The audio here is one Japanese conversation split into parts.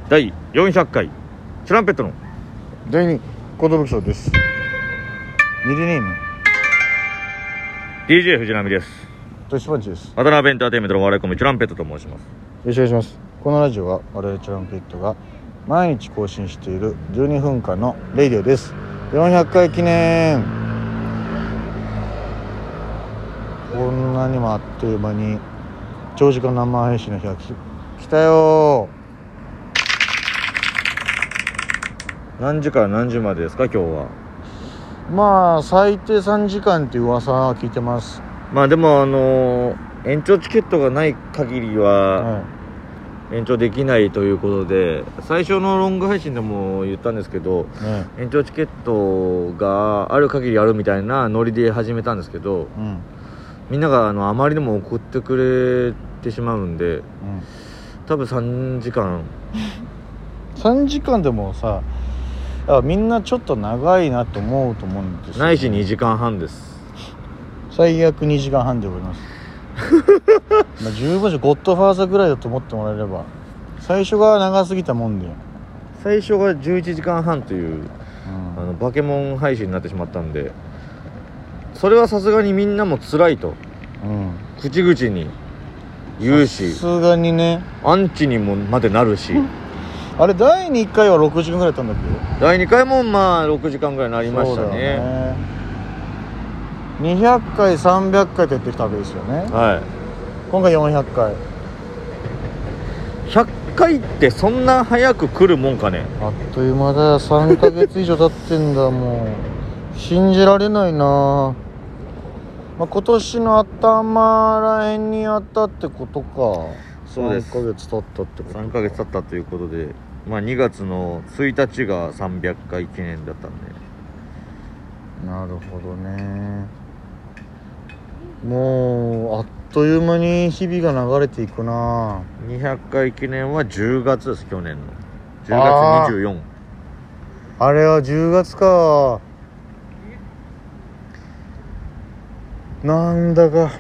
第400回チュランペットの第2寿賞です。ミリネーム DJ 藤波です。 トシパンチです。 渡辺エンターテインメントの笑い込みチュランペットと申します。 よろしくお願いします。このラジオは我々チュランペットが毎日更新している12分間のレイディオです。400回記念。こんなにもあっという間に長時間生配信の日が来たよ。 何時から何時までですか今日は。 まあ最低3時間っていう噂は聞いてます。 まあでも延長チケットがない限りは延長できないということで、最初のロング配信でも言ったんですけど、延長チケットがある限りあるみたいなノリで始めたんですけど、みんながあまりにも送ってくれてしまうんで、多分3時間 3時間でもさ、みんなちょっと長いなと思うと思うんですよ、ね、 ないし2時間半です。 最悪2時間半で終わりますまあ十分ゴッドファーザーぐらいだと思ってもらえれば。最初が長すぎたもんで、 最初が11時間半という、バケモン配信になってしまったんで、それはさすがにみんなも辛いと、口々に言うし、 さすがにね、 アンチにもまでなるしあれ第2回は6時間ぐらいやったんだっけ。 第2回もまあ6時間ぐらいになりましたね。 200回300回とやってきたわけですよね。今回400回。 100回ってそんな早く来るもんかね。 あっという間だよ。3ヶ月以上経ってんだもう信じられないな。今年の頭らへんにやったってことか。 そうです。 3ヶ月経ったってことか。 3ヶ月経ったということで、まあ2月の1日が300回記念だったんで。 なるほどね。もうあっという間に日々が流れていくな。 200回記念は10月です。去年の10月24。 あれは10月か。なんだか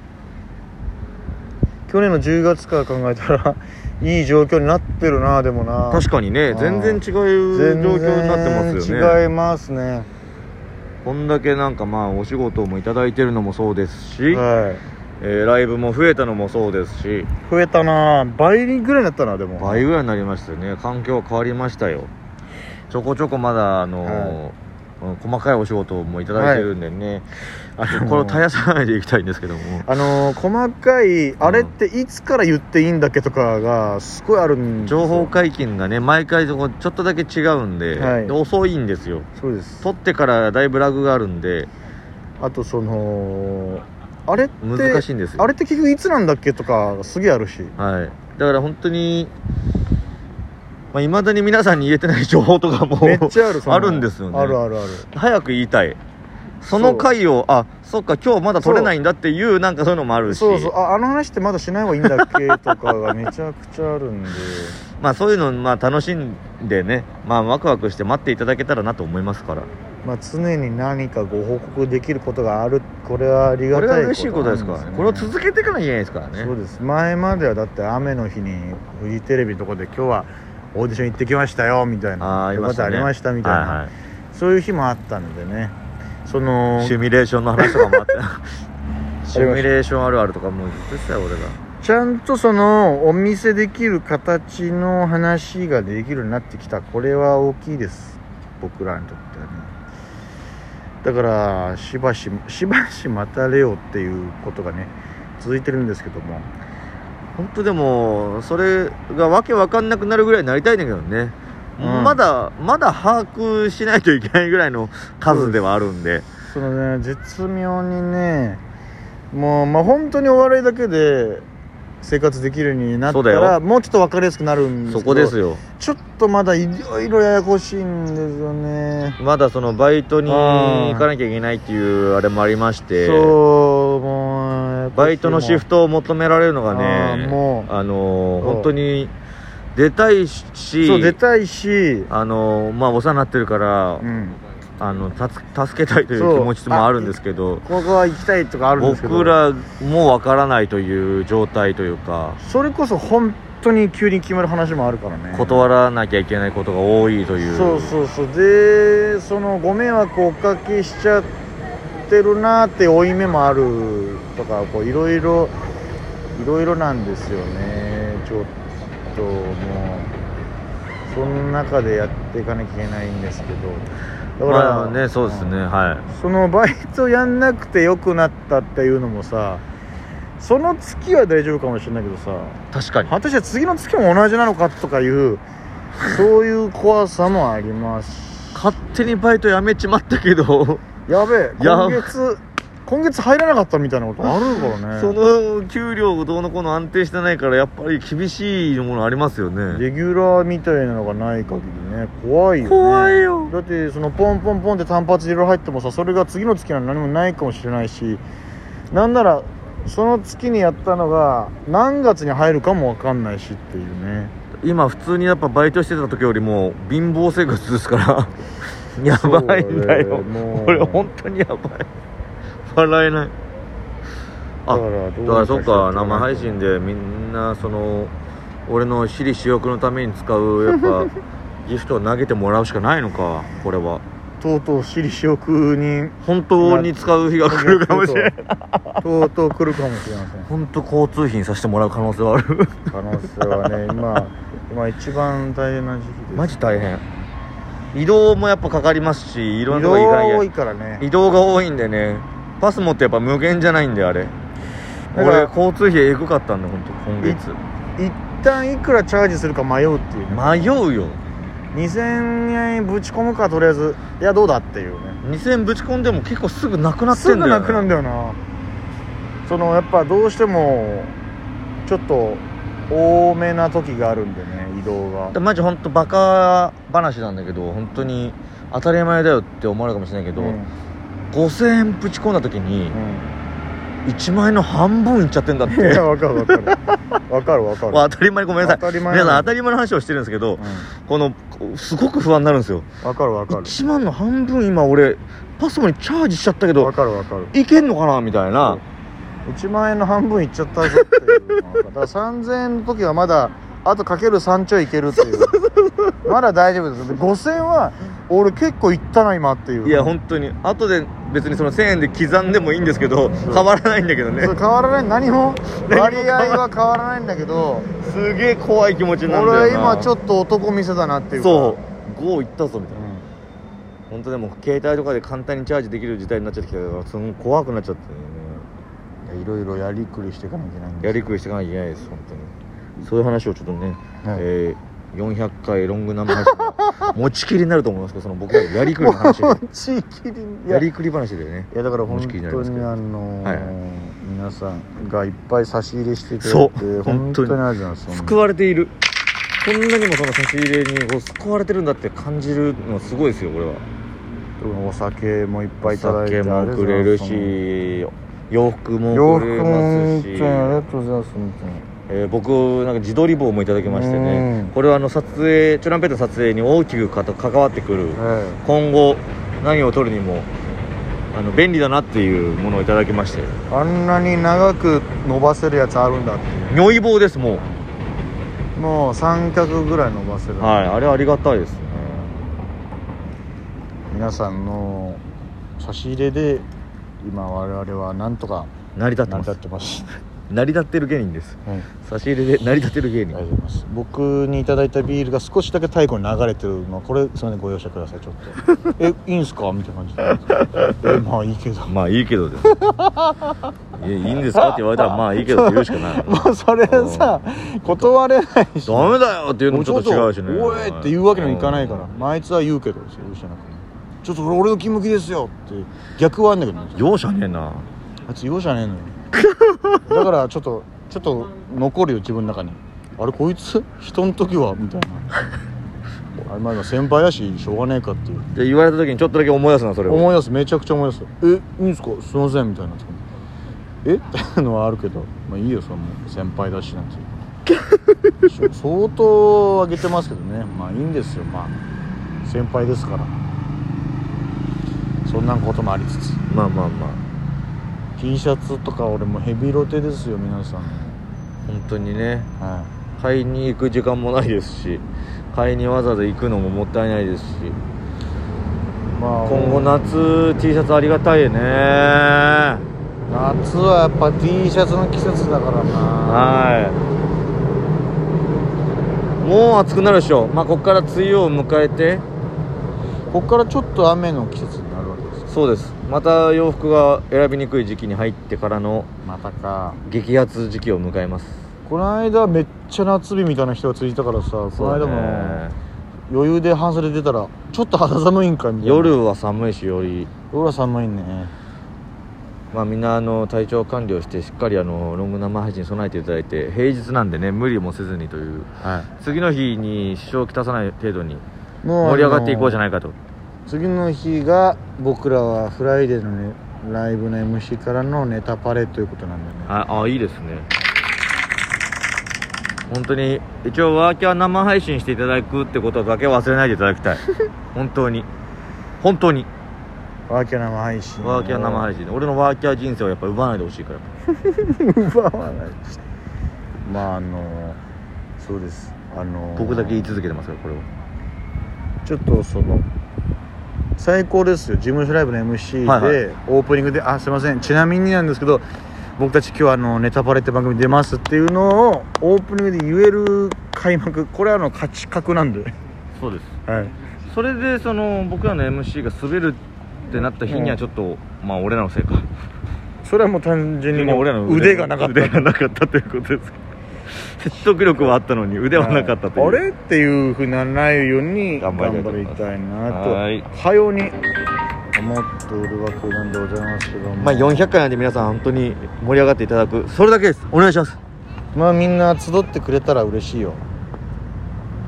去年の10月から考えたらいい状況になってるな。でもな、 確かにね、全然違う状況になってますよね。 違いますね。 こんだけなんかまあお仕事もいただいてるのもそうですし、ライブも増えたのもそうですし。 増えたな。倍ぐらいになったな。でも倍ぐらいになりましたよね。環境は変わりましたよ。ちょこちょこまだ細かいお仕事もいただいてるんでね、これを絶やさないでいきたいんですけども、 細かいあれっていつから言っていいんだっけとかがすごいあるんですよ。 情報解禁がね毎回ちょっとだけ違うんで、遅いんですよ。そうです。撮ってからだいぶラグがあるんで、 あとあれって難しいんですよ。 あれって結局いつなんだっけとかすげえあるし、 だから本当に未だに皆さんに言えてない情報とかもめっちゃあるあるんですよね。 あるあるある。 早く言いたい。その回をそっか今日まだ撮れないんだっていうなんかそういうのもあるし、 あの話ってまだしない方がいいんだっけとかがめちゃくちゃあるんでそういうの楽しんでね、ワクワクして待っていただけたらなと思いますから、 常に何かご報告できることがある。これはありがたいことなんですね。これは嬉しいことですからね。これを続けていかなきゃいけないですからね。 そうです。前まではだって雨の日にフジテレビのとこで今日はオーディション行ってきましたよみたいな、よかったありましたみたいな、そういう日もあったのでね。 シミュレーションの話とかもあってシミュレーションあるあるとかもうずっとしたよ俺が。 ちゃんとお見せできる形の話ができるようになってきた。これは大きいです、僕らにとってはね。だからしばし待たれよっていうことがね続いてるんですけども、 本当でもそれがわけわかんなくなるぐらいになりたいんだけどね、まだ把握しないといけないぐらいの数ではあるんで、 絶妙にね、もう本当にお笑いだけで生活できるようになったらもうちょっと分かりやすくなるんですけど、 そこですよ。 ちょっとまだいろいろややこしいんですよね。 まだバイトに行かなきゃいけないっていうあれもありまして、 もうバイトのシフトを求められるのがね、本当に出たいし、お世話になってるから、助けたいという気持ちもあるんですけど、 ここは行きたいとかあるんですけど、 僕らもわからないという状態というか、 それこそ本当に急に決まる話もあるからね。 断らなきゃいけないことが多いという。 そうで、そのご迷惑をおかけしちゃってるなって負い目もあるとか、こういろいろなんですよね。ちょっともうその中でやっていかなきゃいけないんですけど、だからまあね、そうですね、はい。 そのバイトやんなくてよくなったっていうのもさ、その月は大丈夫かもしれないけどさ、 確かに果たして次の月も同じなのかとかいうそういう怖さもあります勝手にバイト辞めちまったけどやべえ、今月入らなかったみたいなことあるからね。 その給料どうのこうの安定してないから、やっぱり厳しいものありますよね。 レギュラーみたいなのがない限りね、怖いよね。 怖いよ。 だってそのポンポンポンって単発でいろいろ入ってもさ、それが次の月には何もないかもしれないし、なんならその月にやったのが何月に入るかも分かんないしっていうね。 今普通にやっぱバイトしてた時よりも貧乏生活ですからやばいんだよ、これ本当にやばい、笑えない。だからそっか、生配信でみんなその俺の私利私欲のために使うやっぱギフトを投げてもらうしかないのか。これはとうとう私利私欲に本当に使う日が来るかもしれないとうとう来るかもしれません。 本当交通費にさせてもらう可能性はある可能性はね今一番大変な時期です。 マジ大変。移動もやっぱかかりますし、いろんなとこ移動が行か多いからね。 移動が多いんでね。パスモってやっぱ無限じゃないんで、あれ俺交通費エグかったんだ本当今月。 一旦いくらチャージするか迷うっていう、ね、 迷うよ。 2000円ぶち込むか、とりあえずいやどうだっていうね。 2000円ぶち込んでも結構すぐなくなってんだよ、ね、 すぐなくなんだよな。そのやっぱどうしてもちょっと多めな時があるんでね、移動が。 マジ本当バカ話なんだけど、本当に当たり前だよって思われるかもしれないけど、5000円ぶち込んだ時に、1万円の半分いっちゃってんだって。いや分かる分かる分かる分かる当たり前、ごめんなさい、 当たり前皆さん当たり前の話をしてるんですけど、このすごく不安になるんですよ。 分かる分かる。 1万の半分今俺パスモにチャージしちゃったけど、 分かる分かる。 いけんのかなみたいな。 1万円の半分いっちゃったぞっていうのだから3000円の時はまだあとかける3ちょいいけるっていうまだ大丈夫です。5000円は俺結構いったな今っていう。 いや本当に後で別にその1000円で刻んでもいいんですけど、変わらないんだけどね。 変わらない、何も割合は変わらないんだけどすげえ怖い気持ちになるんだよな。 俺は今ちょっと男見せだなっていうか。 そう5いったぞみたいな、本当でも携帯とかで簡単にチャージできる時代になっちゃってきたから、すごい怖くなっちゃってね。 いろいろやりくりしていかなきゃいけないんです。 やりくりしていかなきゃいけないです。本当にそういう話をちょっとね、400回ロング生配信持ちきりになると思いますけど、その僕らのやりくりの話で持ちきりやりくり話でね。 いやだから本当に皆さんがいっぱい差し入れしてくれて本当にありがとうございます。 救われている。こんなにもその差し入れにこう救われてるんだって感じるのはすごいですよ。これはお酒もいっぱいいただいて、 お酒もくれるし、洋服もくれますし、 ありがとうございます。 僕なんか自撮り棒もいただきましてね、これは撮影チュランペット撮影に大きく関わってくる、今後何を撮るにも便利だなっていうものをいただきまして、 あんなに長く伸ばせるやつあるんだっていう。 如意棒です。もう三脚ぐらい伸ばせる。 はい、あれありがたいですね。 皆さんの差し入れで今我々はなんとか成り立ってます成り立ってる芸人です、差し入れで成り立ってる芸人。 僕にいただいたビールが少しだけ太鼓に流れてるの、これすみませんご容赦ください。ちょっといいんすかみたいな感じでまあいいけどまあいいけどですいいんですかって言われたらまあいいけどって言うしかないもうそれさ断れないし、 ダメだよっていうのもちょっと違うしね。 おいって言うわけにはいかないから、あいつは言うけどですよ、容赦なくね、ちょっと俺の気向きですよって逆はあんだけどね。 容赦ねえなあいつ、容赦ねえのよだからちょっと残るよ自分の中に。あれこいつ人の時はみたいなあれまだ先輩だししょうがねえかっていう。 で言われた時にちょっとだけ思い出すな、それを思い出す、めちゃくちゃ思い出す。いいんすかすいませんみたいなっていうのはあるけど、まあいいよその先輩だしなんて相当上げてますけどね。まあいいんですよ、まあ先輩ですから。そんなこともありつつ、 まあ T シャツとか俺もヘビロテですよ皆さん。 本当にね、 買いに行く時間もないですし、買いにわざわざ行くのももったいないですし、 まあ、 今後夏 T シャツありがたいね。 夏はやっぱ T シャツの季節だからな。 はい、もう暑くなるでしょ。まあここから梅雨を迎えて、 ここからちょっと雨の季節になるわけです。 そうです。また洋服が選びにくい時期に入ってからのまたか激アツ時期を迎えます。 この間めっちゃ夏日みたいな人がついたからさ、この間も余裕で半袖出たらちょっと肌寒いんかみたいな。 夜は寒いし、夜は寒いね。 まあみんな体調管理をしてしっかりロング生配信備えていただいて、平日なんでね無理もせずにという、 はい、 次の日に支障をきたさない程度にもう盛り上がっていこうじゃないかと。 次の日が僕らはフライデーの、ね、ライブの MC からのネタパレということなんだよね。 あ、いいですね。本当に一応ワーキャー生配信していただくってことだけ忘れないでいただきたい本当に本当にワーキャー生配信、 ワーキャー生配信、俺のワーキャー人生をやっぱ奪わないでほしいから奪わない。まあそうです。 僕だけ言い続けてますからこれは。 ちょっと最高ですよ。事務所ライブの MC で、 はいはい、 オープニングで、すいません、ちなみになんですけど、僕たち今日ネタパレって番組出ますっていうのをオープニングで言える開幕、これは勝ち確なんで。 そうです、 はい、 それで僕らの MC が滑るってなった日にはちょっと、まあ俺らのせいか。 それはもう単純に俺らの腕がなかったということです説得力はあったのに腕はなかったという、 あれっていうふうにならないように頑張りたいなとかように思っておるわけなんでございますけども、 まあ400回なんで皆さん本当に盛り上がっていただく、それだけです。お願いします。 まあみんな集ってくれたら嬉しいよ。